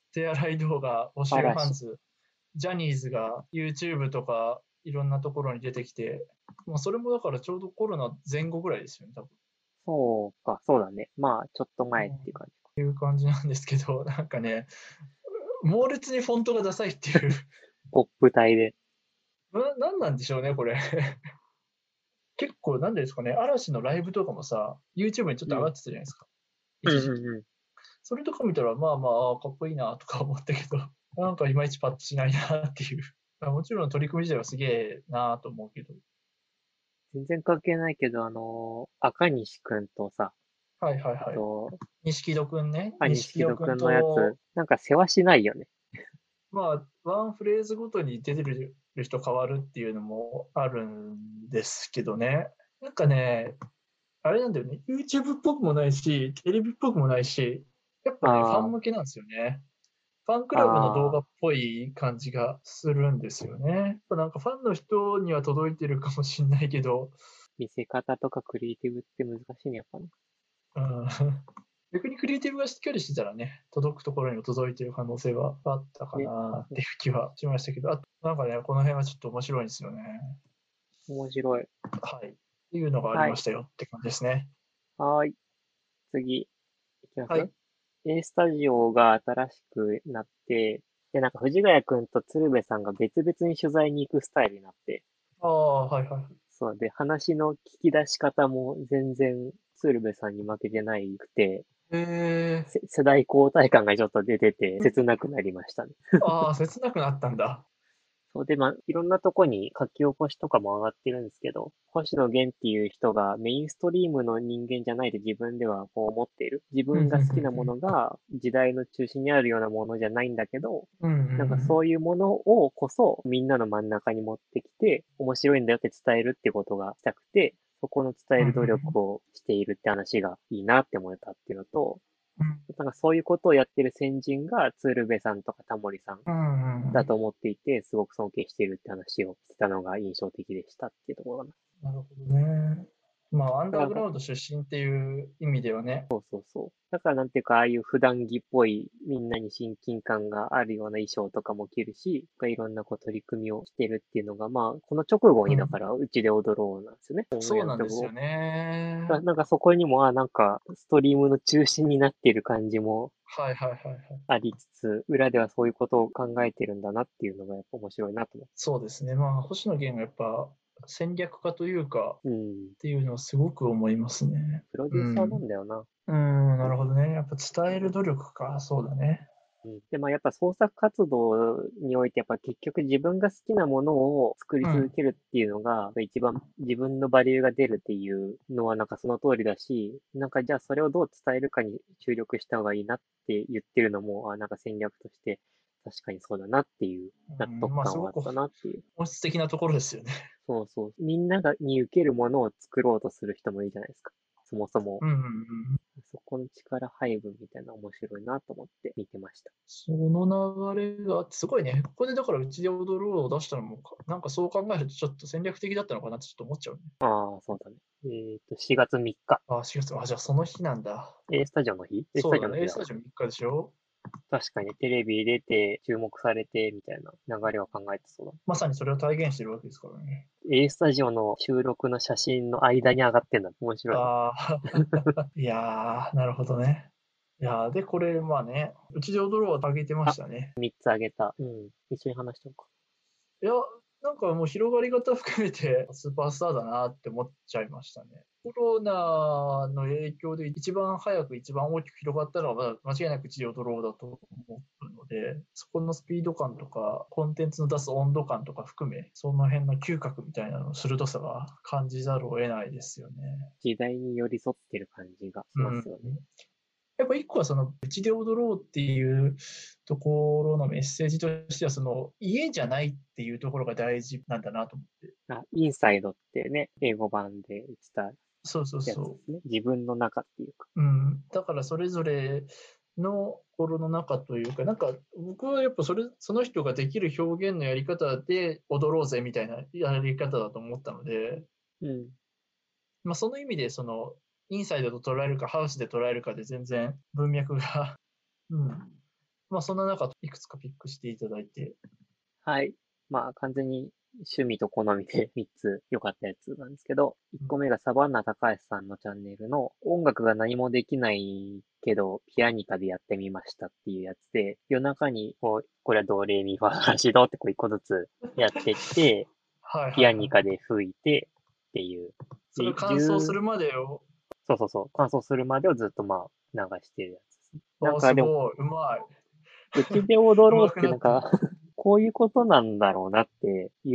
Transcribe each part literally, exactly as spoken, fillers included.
手洗い動画、ウォッシュハン嵐。 ズ、ジャニーズが YouTube とかいろんなところに出てきて、まあ、それもだからちょうどコロナ前後ぐらいですよね、多分。 そうか、そうだね。まあ、ちょっとうん、 前っていう感じか。 いう感じなんですけど、なんかね、猛烈にフォントがダサいっていう、 ポップ体で。 ななんなんでしょうね、これ。結構なんでですかね、嵐のライブとかもさ、YouTube にちょっと上がうん。 ってたじゃないですか、 うん一時期。 うんうん。 それとか見たら、まあまあ、かっこいいなとか思ったけど、なんかいまいちパッとしないなっていう。あ、もちろん取り組み自体はすげえなと思うけど。 全然関係ないけど、あのー赤西くんとさ、 はいはいはい。 あと、 錦戸くんね。 あ、 錦戸くん錦戸くんのやつ、 と、 なんか世話しないよね。 まあ、ワンフレーズごとに出てる人変わるっていうのもあるんですけどね。なんかね、あれなんだよね、YouTube っぽくもないし、テレビっぽくもないし、やっぱね、ファンあ向けなんですよね。ファンクあ、 ラブの動ああ、 画っぽい感じがするんですよね。やっぱなんかファンの人には届いてるかもしんないけど、 見せ方とかクリエイティブって難しいね、やっぱね。 うん、逆にクリエイティブがしっかりしてたらね、届くところにも届いてる可能性はあったかね。 なっていう気はしましたけど、あとなんかね、この辺はちょっと面白いんですよね。 面白い。 はい。っていうのがありはい。 ましたよって感じですね。 はーい。次、いきますはい。 ?A スタジオが新しくなって、で、なんか藤ヶ谷くんと鶴瓶さんが別々に取材に行くスタイルになって、 ああ、はいはい。 そうで、話の聞き出し方も全然鶴瓶さんに負けてないくて、 へえ。 せ世代交代感がちょっと出てて、切なくなりましたね。 ああ、切なくなったんだ。 そうで、まあ、いろんなとこに書き起こしとかも上がってるんですけど、星野源っていう人がメインストリームの人間じゃないと自分ではこう思っている。自うん、ふんふん分が好きなふん。 ものが時代の中心にあるようなものじゃないんだけど、 うんうんうなんかそん。 ういうものをこそみんなの真ん中に持ってきて、面白いんだよって伝えるってことがしたくて、そこの伝えうんうんる努力をしているって話がいいなって思えたっていうのと、 うん。 なんかそういうことをやってる先人が鶴瓶さんとかタモリさんうんうんうん。 だと思っていて、すごく尊敬しているって話をしてたのが印象的でしたっていうところかな。 なるほどね。まあ、アンダーグラだから、 ウンド出身っていう意味ではね。 そうそうそう。だからなんていうか、ああいう普段着っぽい、みんなに親近感があるような衣装とかも着るし、いろんなこう取り組みをしてるっていうのが、まあ、この直後うん。 にだから、うちで踊ろうなんですよね。オンエそうアの直後。 なんですよね。 だなんかそこにも、あ、なんか、ストリームの中心になっている感じもはいはいはいはい。 ありつつ、裏ではそういうことを考えてるんだなっていうのがやっぱ面白いなと思そうですね。まあ、星野源がやっぱ戦略家というか、 う。うん。 っていうのはすごく思いますね。 プロデューサーなうん。 んだよな。 うん、なるほどね。やっぱ伝える努力か、そうだね。 うん。で、まあやっぱ創作活動において、やっぱ結局自分が好きなものを作りうん。 続けるっていうのが、一番自分のバリューが出るっていうのはなんかその通りだし、なんかじゃあそれをどう伝えるかに注力した方がいいなって言ってるのも、あ、なんか戦略として確かにそうだなっていう納うん、まあ、す得感はあっごくたなっていう。 本質的なところですよね。 そうそう。みんながに受けるものを作ろうとする人もいるじゃないですか。そもそも。 うんうんうん。 そこの力配分みたいな面白いなと思って見てました。 その流れがすごいね。ここでだからうちで踊ろうを出したのも、かなんかそう考えるとちょっと戦略的だったのかなってちょっと思っちゃうね。 ああ、そうだね。えっと、しがつみっか。 あ、しがつ、あ、じゃあその日なんだ。 A スタジオの日 ?A スタそうだね。 ジオの日 A だな。 スタジオみっかでしょ。 確かにテレビ出て注目されてみたいな流れは考えてそうだ。 まさにそれを体現してるわけですからね。 A スタジオの収録の写真の間に上がってんだ。面白いな。 ああ、いやー、なるほどね。いやー、で、これ、まあね、うちで踊ろうを上げてましあ、 たね。 みっつあげた。うん。一緒に話しようか。 いや、なんかもう広がり方含めてスーパースターだなって思っちゃいましたね。コロナの影響で一番早く一番大きく広がったのは、ま間違いなくうちで踊ろうだと思うので、そこのスピード感とか、コンテンツの出す温度感とか含め、その辺の嗅覚みたいなの鋭さは感じざるを得ないですよね。 時代に寄り添ってる感じがしうん。 ますよね。 やっぱ一個はその、うちで踊ろうっていうところのメッセージとしては、その、家じゃないっていうところが大事なんだなと思って。 あ、インサイドってね、英語版で言ってたそうそうそやつですね。自分の中っていうか。 う。うん。だからそれぞれの心の中というか、なんか僕はやっぱそれその人ができる表現のやり方で踊ろうぜみたいなやり方だと思ったので、 うん。 ま、その意味でその、インサイドと捉えるかハウスで捉えるかで全然文脈がうん。 まあそんな中、いくつかピックしていただいて。 はい。まあ完全に趣味と好みでみっつ良かったやつなんですけど、いっこめがサバンナ高橋さんのチャンネルの音楽が何もできないけど、ピアニカでやってみましたっていうやつで、夜中にこう、これはドレミファソラシドってこう一個ずつやってきて、 はいピはいはい。 アニカで吹いてっていう。 それをで、 完走すじゅう、 るまでを、 そうそうそう、完走するまでをずっとまあ流してるやつですね。なんああ、 かでも、 すごい、うまい。 うちで踊うろうっまくなってる。 てなんかこういうことなんだろうなっていう、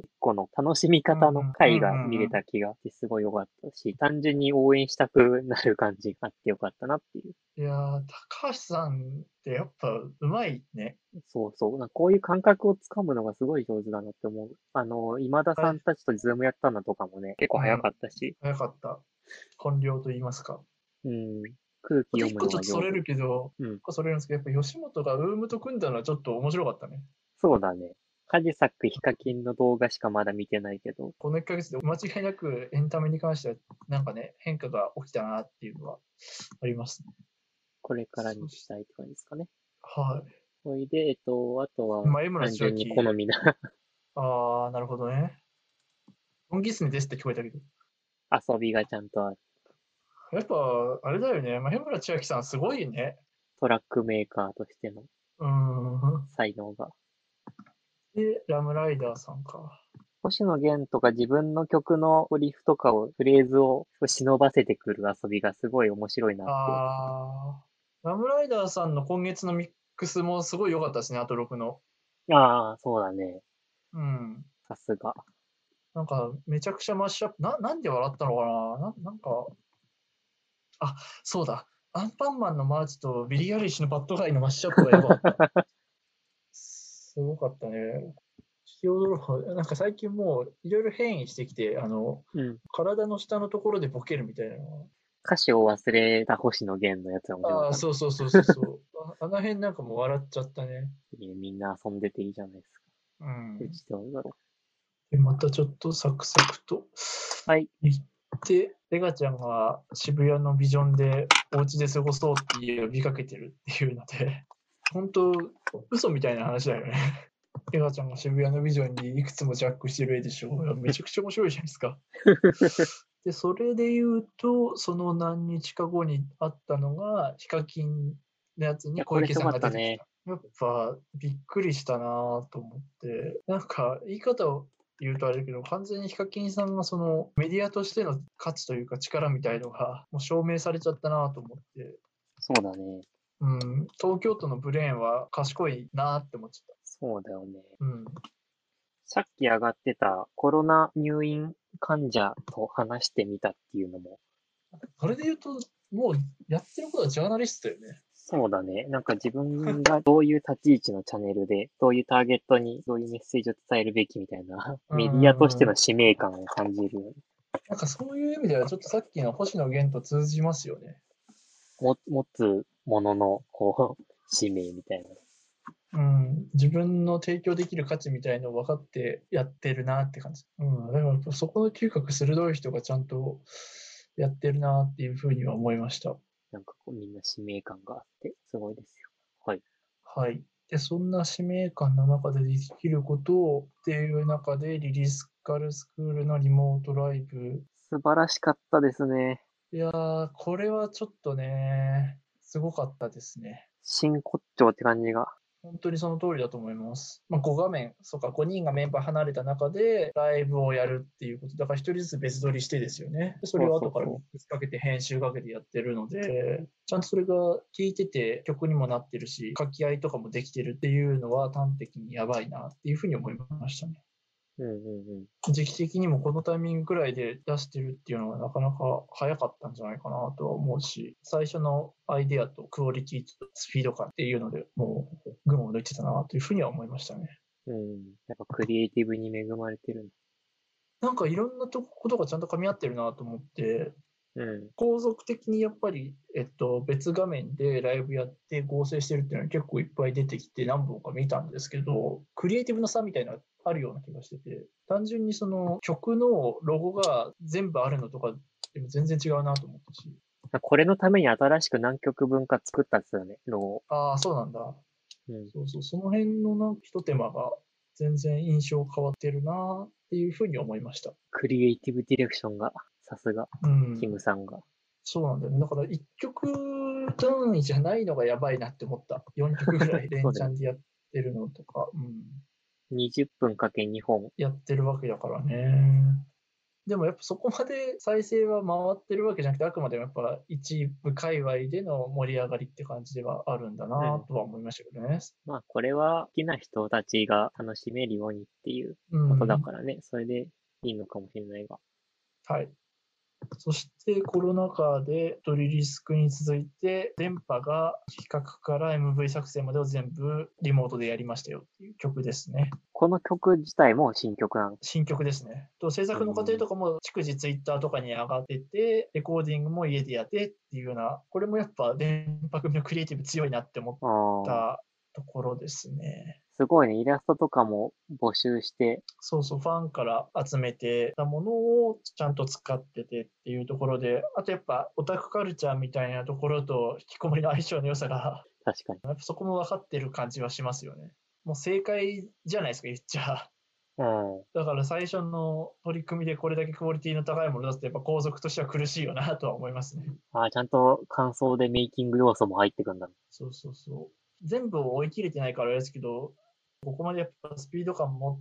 この楽しみ方のうんうんうん回が見れうんうん。 た気がしてすごい良かったし、単純に応援したくなる感じがあって良かったなっていう。 いやー、高橋さんってやっぱうまいね。 そうそう。なんかこういう感覚をつかむのがすごい上手だなって思う。あの、今田はい。 さんたちとズームやったのとかもね、結構早うん。 かったし、 早かった。本領と言いますか。 うん、空気あと読む一個ちょっとそのが上手。 れるけど、 うん。 一個それるんですけど、やっぱ吉本がウームと組んだのはちょっと面白かったね。 そうだね。カジサックヒカキンの動画しかまだ見てないけど、 このいっかげつで間違いなくエンタメに関しては、なんかね、変化が起きたなっていうのはありますね。 これからにそし期待って感じですかね。 はそれで、えっと、あとい。 はまあ、江村単純に好千秋、 みなあー、なるほどね。本ギスネですって聞こえたけど。 遊びがちゃんとある。 やっぱ、あれだよね。まあ、江村千秋さんすごいね。 トラックメーカーとしてのうーん。 才能が。 で、ラムライダーさんか。 星野源とか自分の曲のリフとかを、フレーズを忍ばせてくる遊びがすごい面白いなって。 あー、ラムライダーさんの今月のミックスもすごい良かったですね、アトロクの。 ああ、そうだね。 うん。 さすが。 なんか、めちゃくちゃマッシュアップ。な、なんで笑ったのかなな、なんか、あ、そうだ。アンパンマンのマーチとビリー・アイリッシュのバッドガイのマッシュアップがやばかった。すごかったね。ヒヨドロフ、なんか最近もういろいろ変異してきて、あの、 うん。 体の下のところでボケるみたいなの歌詞を忘れた星野源のやつが面白が。ああ、 かったね。 そうそうそうそうそう。あ、あの辺なんかもう笑っちゃったね。 いやみんな遊んでていいじゃないですか。 うん。 うちどうだろで、またちょっとサクサクとう。はい。 行って、レガちゃんが渋谷のビジョンでお家で過ごそうって呼びかけてるっていうので、本当、嘘みたいな話だよね。レガちゃんが渋谷のビジョンにいくつもジャックしてる絵でしょ。いやめちゃくちゃ面白いじゃないですか。で、それで言うと、その何日か後にあったのが、ヒカキンのやついや、こに小池さんれすごかったね。 が出てきた。やっぱびっくりしたなと思って、なんか言い方を言うとあれだけど、完全にヒカキンさんがそのメディアとしての価値というか力みたいのがもう証明されちゃったなと思って、 そうだね。 うん、東京都のブレーンは賢いなって思っちゃっそうだよね。 た。うん。 さっき上がってたコロナ入院患者と話してみたっていうのも、 それで言うと、もうやってることはジャーナリストだよね。 そうだね。なんか自分がどういう立ち位置のチャンネルで、どういうターゲットにどういうメッセージを伝えるべきみたいな、 うメディアとしてん。 の使命感を感じるよね。 なんかそういう意味では、ちょっとさっきの星野源と通じますよね。 も持つものの、こう、使命みたいな。 うん、自分の提供できる価値みたいのを分かってやってるなって感じ。うん、だからやっぱそこの嗅覚鋭い人がちゃんとやってるなっていうふうには思いました。 なんかこうみんな使命感があって、すごいですよ。はい。 はい。で、そんな使命感の中でできることをっていう中で、リリースカルスクールのリモートライブ。 素晴らしかったですね。 いやー、これはちょっとね、すごかったですね。 真骨頂って感じが。 本当にその通りだと思います。まあ、ご画面、そうか、ごにんがメンバー離れた中でライブをやるっていうこと、だからひとりずつ別撮りしてですよね。でそれそうを後からミッそうそクスかけて編集かけてやってるので、ちゃんとそれが聴いてて曲にもなってるし、書き合いとかもできてるっていうのは端的にやばいなっていうふうに思いましたね。 う。うんうんうん。 時期的にもこのタイミングくらいで出してるっていうのはなかなか早かったんじゃないかなとは思うし、最初のアイデアとクオリティとスピード感っていうのでもう群を抜いてたなというふうには思いましたね。 うん。やっぱクリエイティブに恵まれてるなんかいろんなとことがちゃんと噛み合ってるなと思って、 の。うん。 構造的にやっぱり、えっと、別画面でライブやって合成してるっていうのは結構いっぱい出てきて何本か見たんですけど、クリエイティブの差みたいなのがあるような気がしてて、単純にその曲のロゴが全部あるのとかでも全然違うなと思ったし、 これのために新しく何曲分か作ったっすよね、ロゴ。 ああ、そうなんだ。 うん。 そうそう、その辺のなんか一手間が全然印象変わってるなっていうふうに思いました。 クリエイティブディレクションが、さすが、 うんキムさんが。 そうなんだよね。だからいっきょく単位じゃないのがやばいなって思った。よんきょくぐらい連そうだよね。 チャンでやってるのとか、うん、 にじゅっぷんかけにほん。 やってるわけだからね。でもやっぱそこまで再生は回ってるわけじゃなくて、あくまでもやっぱ一部界隈での盛り上がりって感じではあるんだうん。 なとは思いましたけどね。 まあ、これは好きな人たちが楽しめるようにっていううことだん。 からね。それでいいのかもしれないが。 はい。そしてコロナ禍でトリリスクに続いて、電波が企画から エムブイ 作成までを全部リモートでやりましたよっていう曲ですね。 この曲自体も新曲なの。 新曲ですね。と制作の過程とかも逐次ツイッターとかに上がってて、レコーディングも家でやってっていうような、これもやっぱ電波組のクリエイティブ強いなって思っああ、 たところですね。 すごいね。イラストとかも募集して、 そうそう、ファンから集めてたものをちゃんと使っててっていうところで、あとやっぱオタクカルチャーみたいなところと引きこもりの相性の良さが、 確かに。 やっぱそこも分かってる感じはしますよね。もう正解じゃないですか、言っちゃ。 うん。 だから最初の取り組みでこれだけクオリティの高いものを出すと、やっぱ後続としては苦しいよなとは思いますね。 ああ、ちゃんと感想でメイキング要素も入ってくんだ。 そうそうそう。全部を追い切れてないからあれですけど、ここまでやっぱスピード感持って、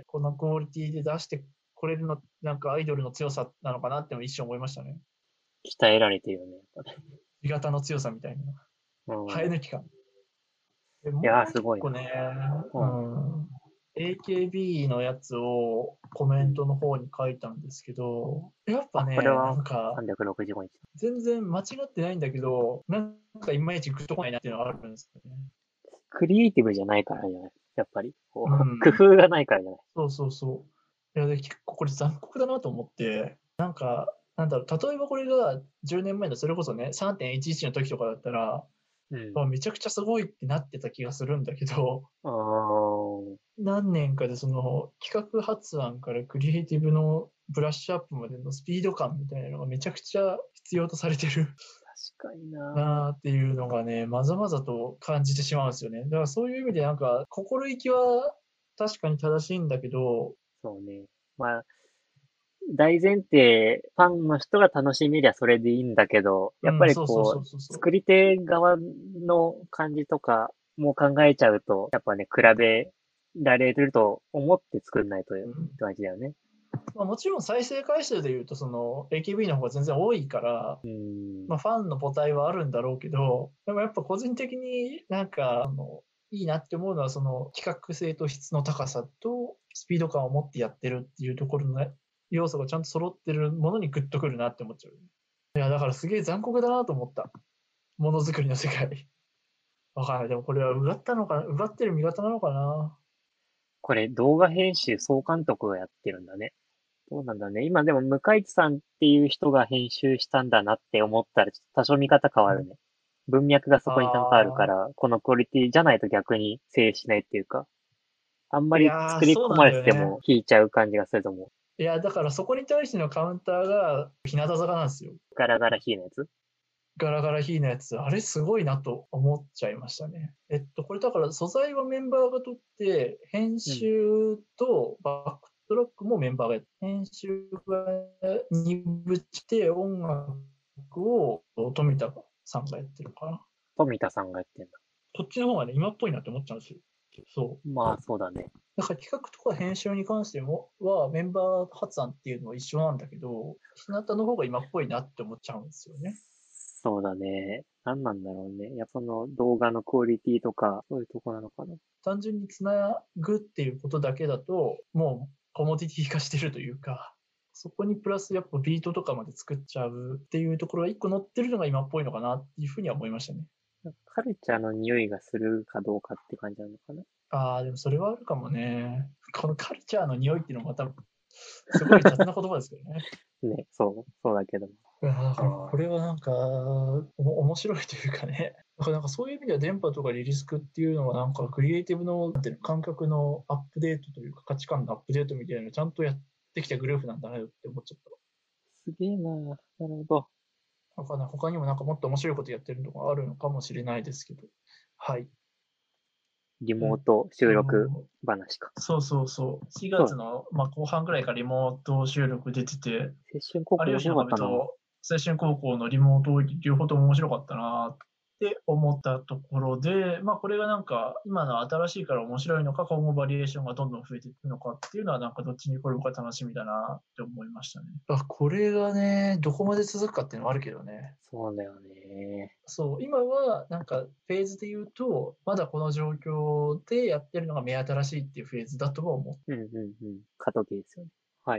このクオリティで出してこれるの、なんかアイドルの強さなのかなって一瞬思いましたね。 鍛えられてるよね。やっぱね。 味方の強さみたいな。 うん。 生え抜き感。でいやー、 もうすごいな。 一個ね、ううん。 ん、エーケービー のやつをコメントの方に書いたんですけど、やっぱあ、これね、なはんか、 さんびゃくろくじゅうごにち。 全然間違ってないんだけど、なんかいまいちグッとこないなっていうのがあるんですよね。 クリエイティブじゃないからじゃない。やっぱり。こうう、工ん。 夫がないからじゃない。 そうそうそう。いや、で、結構これ残酷だなと思って、なんか、なんだろう、例えばこれがじゅうねんまえのそれこそね、さんてんいちいちの時とかだったら、 うん。 あめちゃくちゃすごいってなってた気がするんだけど、 あー、 何年かでその企画発案からクリエイティブのブラッシュアップまでのスピード感みたいなのがめちゃくちゃ必要とされてる確かにななーっていうのがね、まざまざと感じてしまうんですよね。だからそういう意味でなんか、心意気は確かに正しいんだけど、 そうね。まあ、大前提、ファンの人が楽しめりゃそれでいいんだけど、やっぱうん、そうそうりこう、 そうそうそう。 作り手側の感じとかも考えちゃうと、やっぱね、比べられると思って作んないとってうん、 感じだよね。 まあ、もちろん再生回数でいうと、その エーケービー の方が全然多いから、 うーん。 まあ、ファンの母体はあるんだろうけど、でもやっぱ個人的になんか、あの、いいなって思うのは、その企画性と質の高さとスピード感を持ってやってるっていうところの、ね、要素がちゃんと揃ってるものにグッとくるなって思っちゃう。いや、だからすげえ残酷だなと思った。ものづくりの世界。わかんない。でもこれは奪ったのかな、奪ってる味方なのかな。 これ動画編集総監督がやってるんだね。そうなんだね。今でも向井地さんっていう人が編集したんだなって思ったら、ちょっと多少見方変わるね。文脈がそこにちゃんとあるかあら、このクオリティじゃないと逆に成立しないっていうか、あんまあ、いりやー、 作りそうなん込まれててだよね。 も引いちゃう感じがすると思う。 いや、だからそこに対してのカウンターが日向坂なんですよ。 ガラガラヒーのやつ。 ガラガラヒーのやつ、あれすごいなと思っちゃいましたね。えっと、これだから素材はメンバーが取って、編うん。 集とバックトラックもメンバーがやって、編集が二部して、音楽を富田さんがやってるかな。 富田さんがやってんだ。 こっちの方がね、今っぽいなって思っちゃうんですよ。そう。 まあ、そうだね。 だから企画とか編集に関してもはメンバー発案っていうのは一緒なんだけど、日向の方が今っぽいなって思っちゃうんですよね。 そうだね。何なんだろうね。やっぱその動画のクオリティとか、そういうとこなのかな。 単純につなぐっていうことだけだと、もうコモディティ化してるというか、そこにプラスやっぱビートとかまで作っちゃうっていうところが一個乗ってるのが今っぽいのかなっていうふうには思いましたね。 カルチャーの匂いがするかどうかって感じなのかな。 ああ、でもそれはあるかもね。このカルチャーの匂いっていうのもまた、すごい雑な言葉ですけどね。 ね、そう、そうだけど。 いやだからこれはなんか、お面白いというかね。だからなんかそういう意味では電波とかリリスクっていうのはなんかクリエイティブのなんていうの感覚のアップデートというか価値観のアップデートみたいなのをちゃんとやってきたグループなんだなって思っちゃっすげえな。なるほど。 た。なんかね他にもなんかもっと面白いことやってるのがあるのかもしれないですけど。はい。 リえっモート収録と、 話か。 そうそうそう。4 そう、 月の、まあ、後半ぐらいからリモート収録出てて、 青春高校面有吉の白かったな。 壁と青春高校のリモート両方とも面白かったなって思ったところで、まあこれがなんか今の新しいから面白いのか、今後バリエーションがどんどん増えていくのかっていうのはなんかどっちに転ぶか楽しみだなって思いましたね。あ、これがね、どこまで続くかっていうのはあるけどね。 そうだよね。 そう、今はなんかフェーズで言うと、まだこの状況でやってるのが目新しいっていうフェーズだとは思う。 うんうんうん。過渡期ですよね。はい。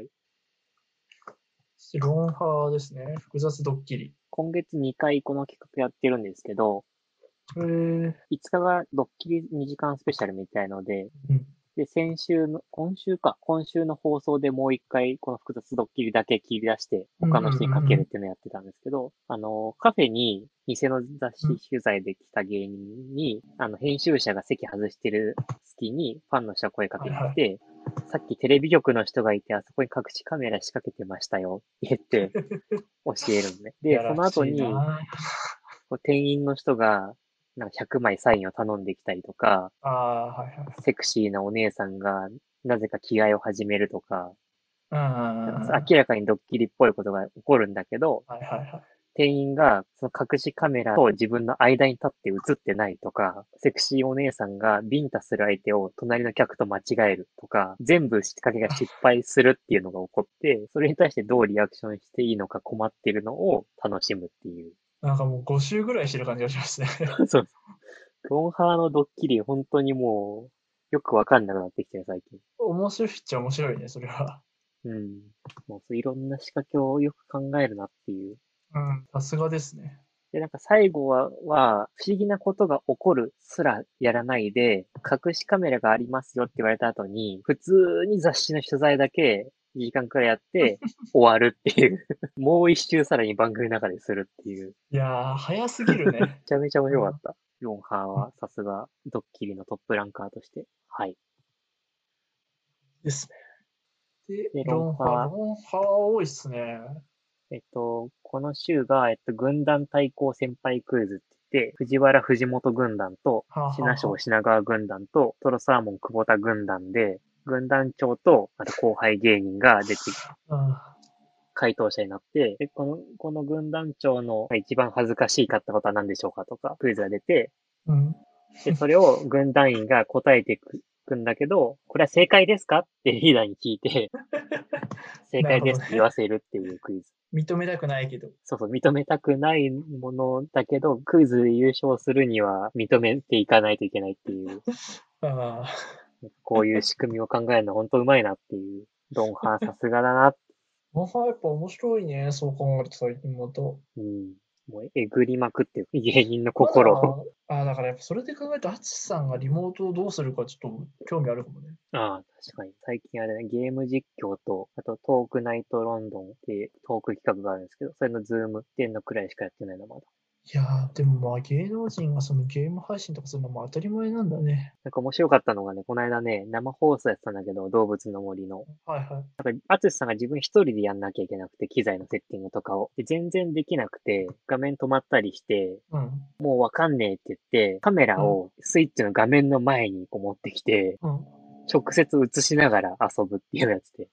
ロンハーですね。複雑ドッキリ。 今月にかいこの企画やってるんですけど、 へえ。 いつかがドッキリにじかんスペシャルみたいので、 うん。 で、先週の、今週か、今週の放送でもう一回この複雑ドッキリだけ切り出して他のうんうん人にかけるっうんていうのをやってたんですけど、あの、カフェに偽の雑うん。 誌取材で来た芸人に、あの、編集者が席外してる隙にファンの人が声かけはいはい。 てきて、さっきテレビ局の人がいて、あそこに隠しカメラ仕掛けてましたよって言って教えるのね。で、 やそのらしい後に、 な。 こう店員の人が、なんかひゃくまいサインを頼んできたりとか、 ああ、はいはい。 セクシーなお姉さんがなぜか着替えを始めるとか、 うんうんなんかうんうん。 明らかにドッキリっぽいことが起こるんだけど、 はいはいはい。 店員がその隠しカメラと自分の間に立って映ってないとか、セクシーお姉さんがビンタする相手を隣の客と間違えるとか、全部仕掛けが失敗するっていうのが起こって、それに対してどうリアクションしていいのか困ってるのを楽しむっていう。 なんかもうご週ぐらいしてる感じがしますね。 そう。ロンハーのドッキリ、本当にもう、よくわかんなくなってきてる、最近。 面白いっちゃ面白いね、それは。 うん。もうそういろんな仕掛けをよく考えるなっていう。 うん、さすがですね。 で、なんか最後は、は、不思議なことが起こるすらやらないで、隠しカメラがありますよって言われた後に、普通に雑誌の取材だけにじかんくらいやって終わるっていう。もう一周さらに番組の中でするっていう。 いやー、早すぎるめね。 ちゃめちゃ面うん。 白かった。ロンハーはさすがドッキリのトップランカーとして。はい。 ですね。で、 で、ロンロンハー、 ハー、 ロンハー多いっすね。 えっと、この週が、えっと、軍団対抗先輩クイズって言って、藤原藤本軍団と、 はあ、は品あは庄品川軍団と、トロサーモン久保田軍団で、軍団長と、あと後輩芸人が出て、 あ。 回答者になって、で、この、この軍団長の一番恥ずかしいかったことは何でしょうかとか、クイズが出て、 うん。うん。 で、それを軍団員が答えていくくんだけど、これは正解ですかってリーダーに聞いて、正なる解ですって言ほどね。 わせるっていうクイズ。 認めたくないけど。 そうそう、認めたくないものだけど、クイズで優勝するには認めていかないといけないっていう、 ああ。 こういう仕組みを考えるの本当うまいなっていう、ドンハーさすがだな。 ロンハーやっぱ面白いね、そう考えると最近また。 うん。もうえぐりまくってる芸人のまだ、 心を。 ああ、だからやっぱそれで考えると、淳さんがリモートをどうするかちょっと興味あるかもね。 ああ、確かに。最近あれね、ゲーム実況と、あとトークナイトロンドンっていうトーク企画があるんですけど、それのズームっていうのくらいしかやってないの、まだ。 いやー、でもまあ芸能人がそのゲーム配信とかするのも当たり前なんだね。 なんか面白かったのがね、この間ね、生放送やってたんだけど、動物の森の。 はいはい。 なんか、アツシさんが自分一人でやんなきゃいけなくて、機材のセッティングとかを。で、全然できなくて、画面止まったりして、 うん。 もうわかんねえって言って、カメうん。 ラをスイッチの画面の前にこう持ってきて、 うん。 直接映しながら遊ぶっていうやつで。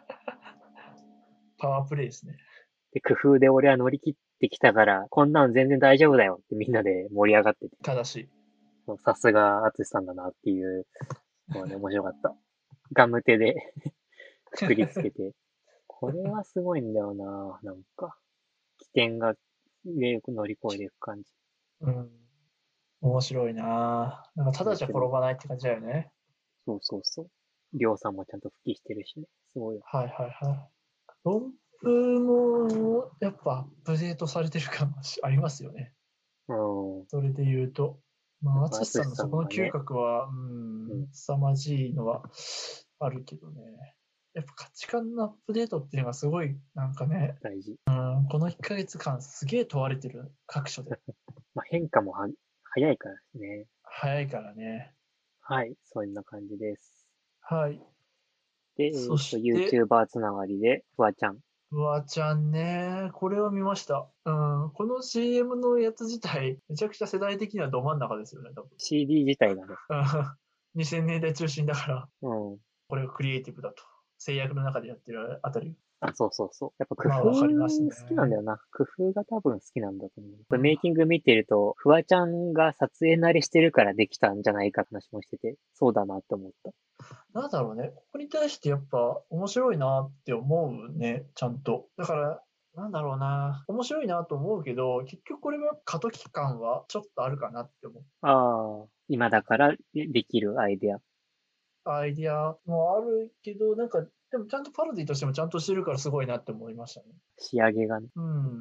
パワープレイですね。 で、工夫で俺は乗り切ってきたから、こんなの全然大丈夫だよってみんなで盛り上がってて、 正しい。 そうさすがアツシさんだなっていうのはね、面白かった。ガム手でくくりつけて。これはすごいんだよな、なんか。起点が上乗り越えていく感じ。 うん。面白いなぁ。なんかただじゃ転面白い。 ばないって感じだよね。 そうそうそう。りょうさんもちゃんと復帰してるしね。すごいよ。 はいはいはい。論文もやっぱアップデートされてる感がしありますよね。 うん。 それで言うと。まあ、 やっぱ、 淳さんアツシさのそこの嗅んがね、 覚は、うん、 うん、 凄まじいのはあるけどね。やっぱ価値観のアップデートっていうのがすごい、なんかね、 大事。 うん、このいっかげつかんすげえ問われてる、各所で。 まあ、変化もは早いからね。 早いからね。 はい。そんな感じです。 はい。 で、えそっと、 して、 YouTuber つながりで、フワちゃん。 フワちゃんね、これは見ました。うん、この シーエム のやつ自体、めちゃくちゃ世代的にはど真ん中ですよね、多分。 シーディー 自体がね。 うんにせんねんだい中心だから、 うん。 これがクリエイティブだと。制約の中でやってるあたり。 あ、そうそうそう。やっぱ工まあ、 夫わかりますね。 好きなんだよな。工夫が多分好きなんだと思う。これうん、 メイキング見てると、フワちゃんが撮影慣れしてるからできたんじゃないかって話もしてて、そうだなって思った。 なんだろうね。ここに対してやっぱ面白いなって思うね、ちゃんと。だから、なんだろうな。面白いなと思うけど、結局これは過渡期間はちょっとあるかなって思う。 ああ、今だからでできるアイデア。 アイディアもあるけど、なんか、でもちゃんとパロディとしてもちゃんとしてるからすごいなって思いましたね。 仕上げがね。 うん。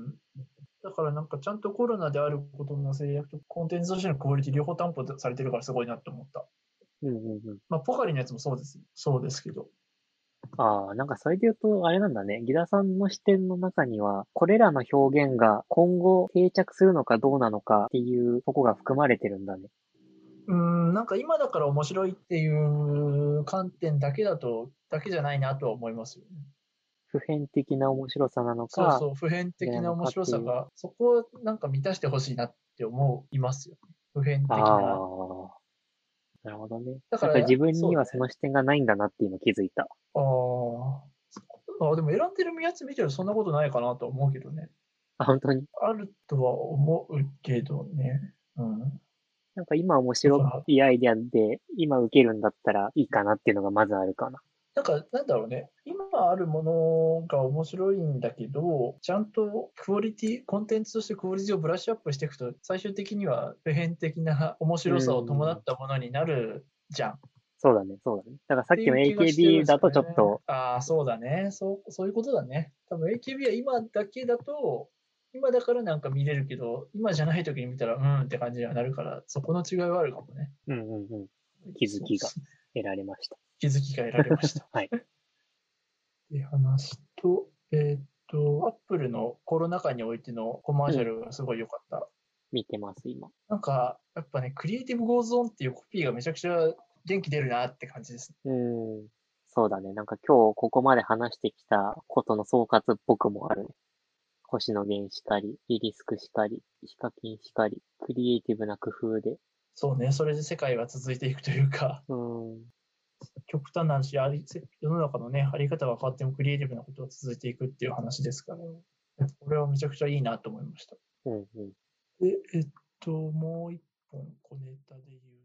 だからなんかちゃんとコロナであることの制約とコンテンツとしてのクオリティ両方担保されてるからすごいなって思った。 うんうんうん。 まあ、ポカリのやつもそうです。そうですけど。 ああ、なんかそれで言うと、あれなんだね。ギダさんの視点の中には、これらの表現が今後定着するのかどうなのかっていうとこが含まれてるんだね。 うん、なんか今だから面白いっていう観点だけだと、だけじゃないなとは思いますよね。 普遍的な面白さなのか、 そうそう、普遍あれなの的な面かっていう。 白さが、そこをなんか満たしてほしいなって思いますよね。普遍あ的な。 あ、なるほどね。 だから、 なんか自分にはそそうね。 の視点がないんだなっていうの気づいた。 あーあ、でも選んでるやつ見てるとそんなことないかなと思うけどね。 あ、本当に。 あるとは思うけどね。うん。 なんか今面白だから、 いアイデアで、今受けるんだったらいいかなっていうのがまずあるかな。 なんか、なんだろうね。今あるものが面白いんだけど、ちゃんとクオリティ、コンテンツとしてクオリティをブラッシュアップしていくと、最終的には普遍的な面う白さを伴ーん。 ったものになるじゃん。っそうだね、そうだね。だからさっきのていう気がしてるんエーケービー だとですよね。 ちょっと、 ああ、そうだね。そう、そういうことだね。多分 エーケービー は今だけだと、今だからなんか見れるけど、今じゃない時に見たら、うーんって感じにはなるから、そこの違いはあるかもね。 うんうんうん。気づきがそうですね。 得られました。 気づきが得られました。 はい。 って話と、えーっと、アップルのコロナ禍においてのコマーうん。 シャルがすごい良かった。 見てます、今。 なんか、やっぱね、クリエイティブゴーズオンっていうコピーがめちゃくちゃ元気出るなって感じですね。 うーん。そうだね。なんか今日ここまで話してきたことの総括っぽくもあるね。星野源しかり、リリスクしかり、ヒカキンしかり、クリエイティブな工夫で。 そうね、それで世界は続いていくというか、 うーん。 極端な話、あり世の中のね、あり方が変わってもクリエイティブなことが続いていくっていう話ですから、これはめちゃくちゃいいなと思いました。 うんうん。 で、えっと、もう一本小ネタで言う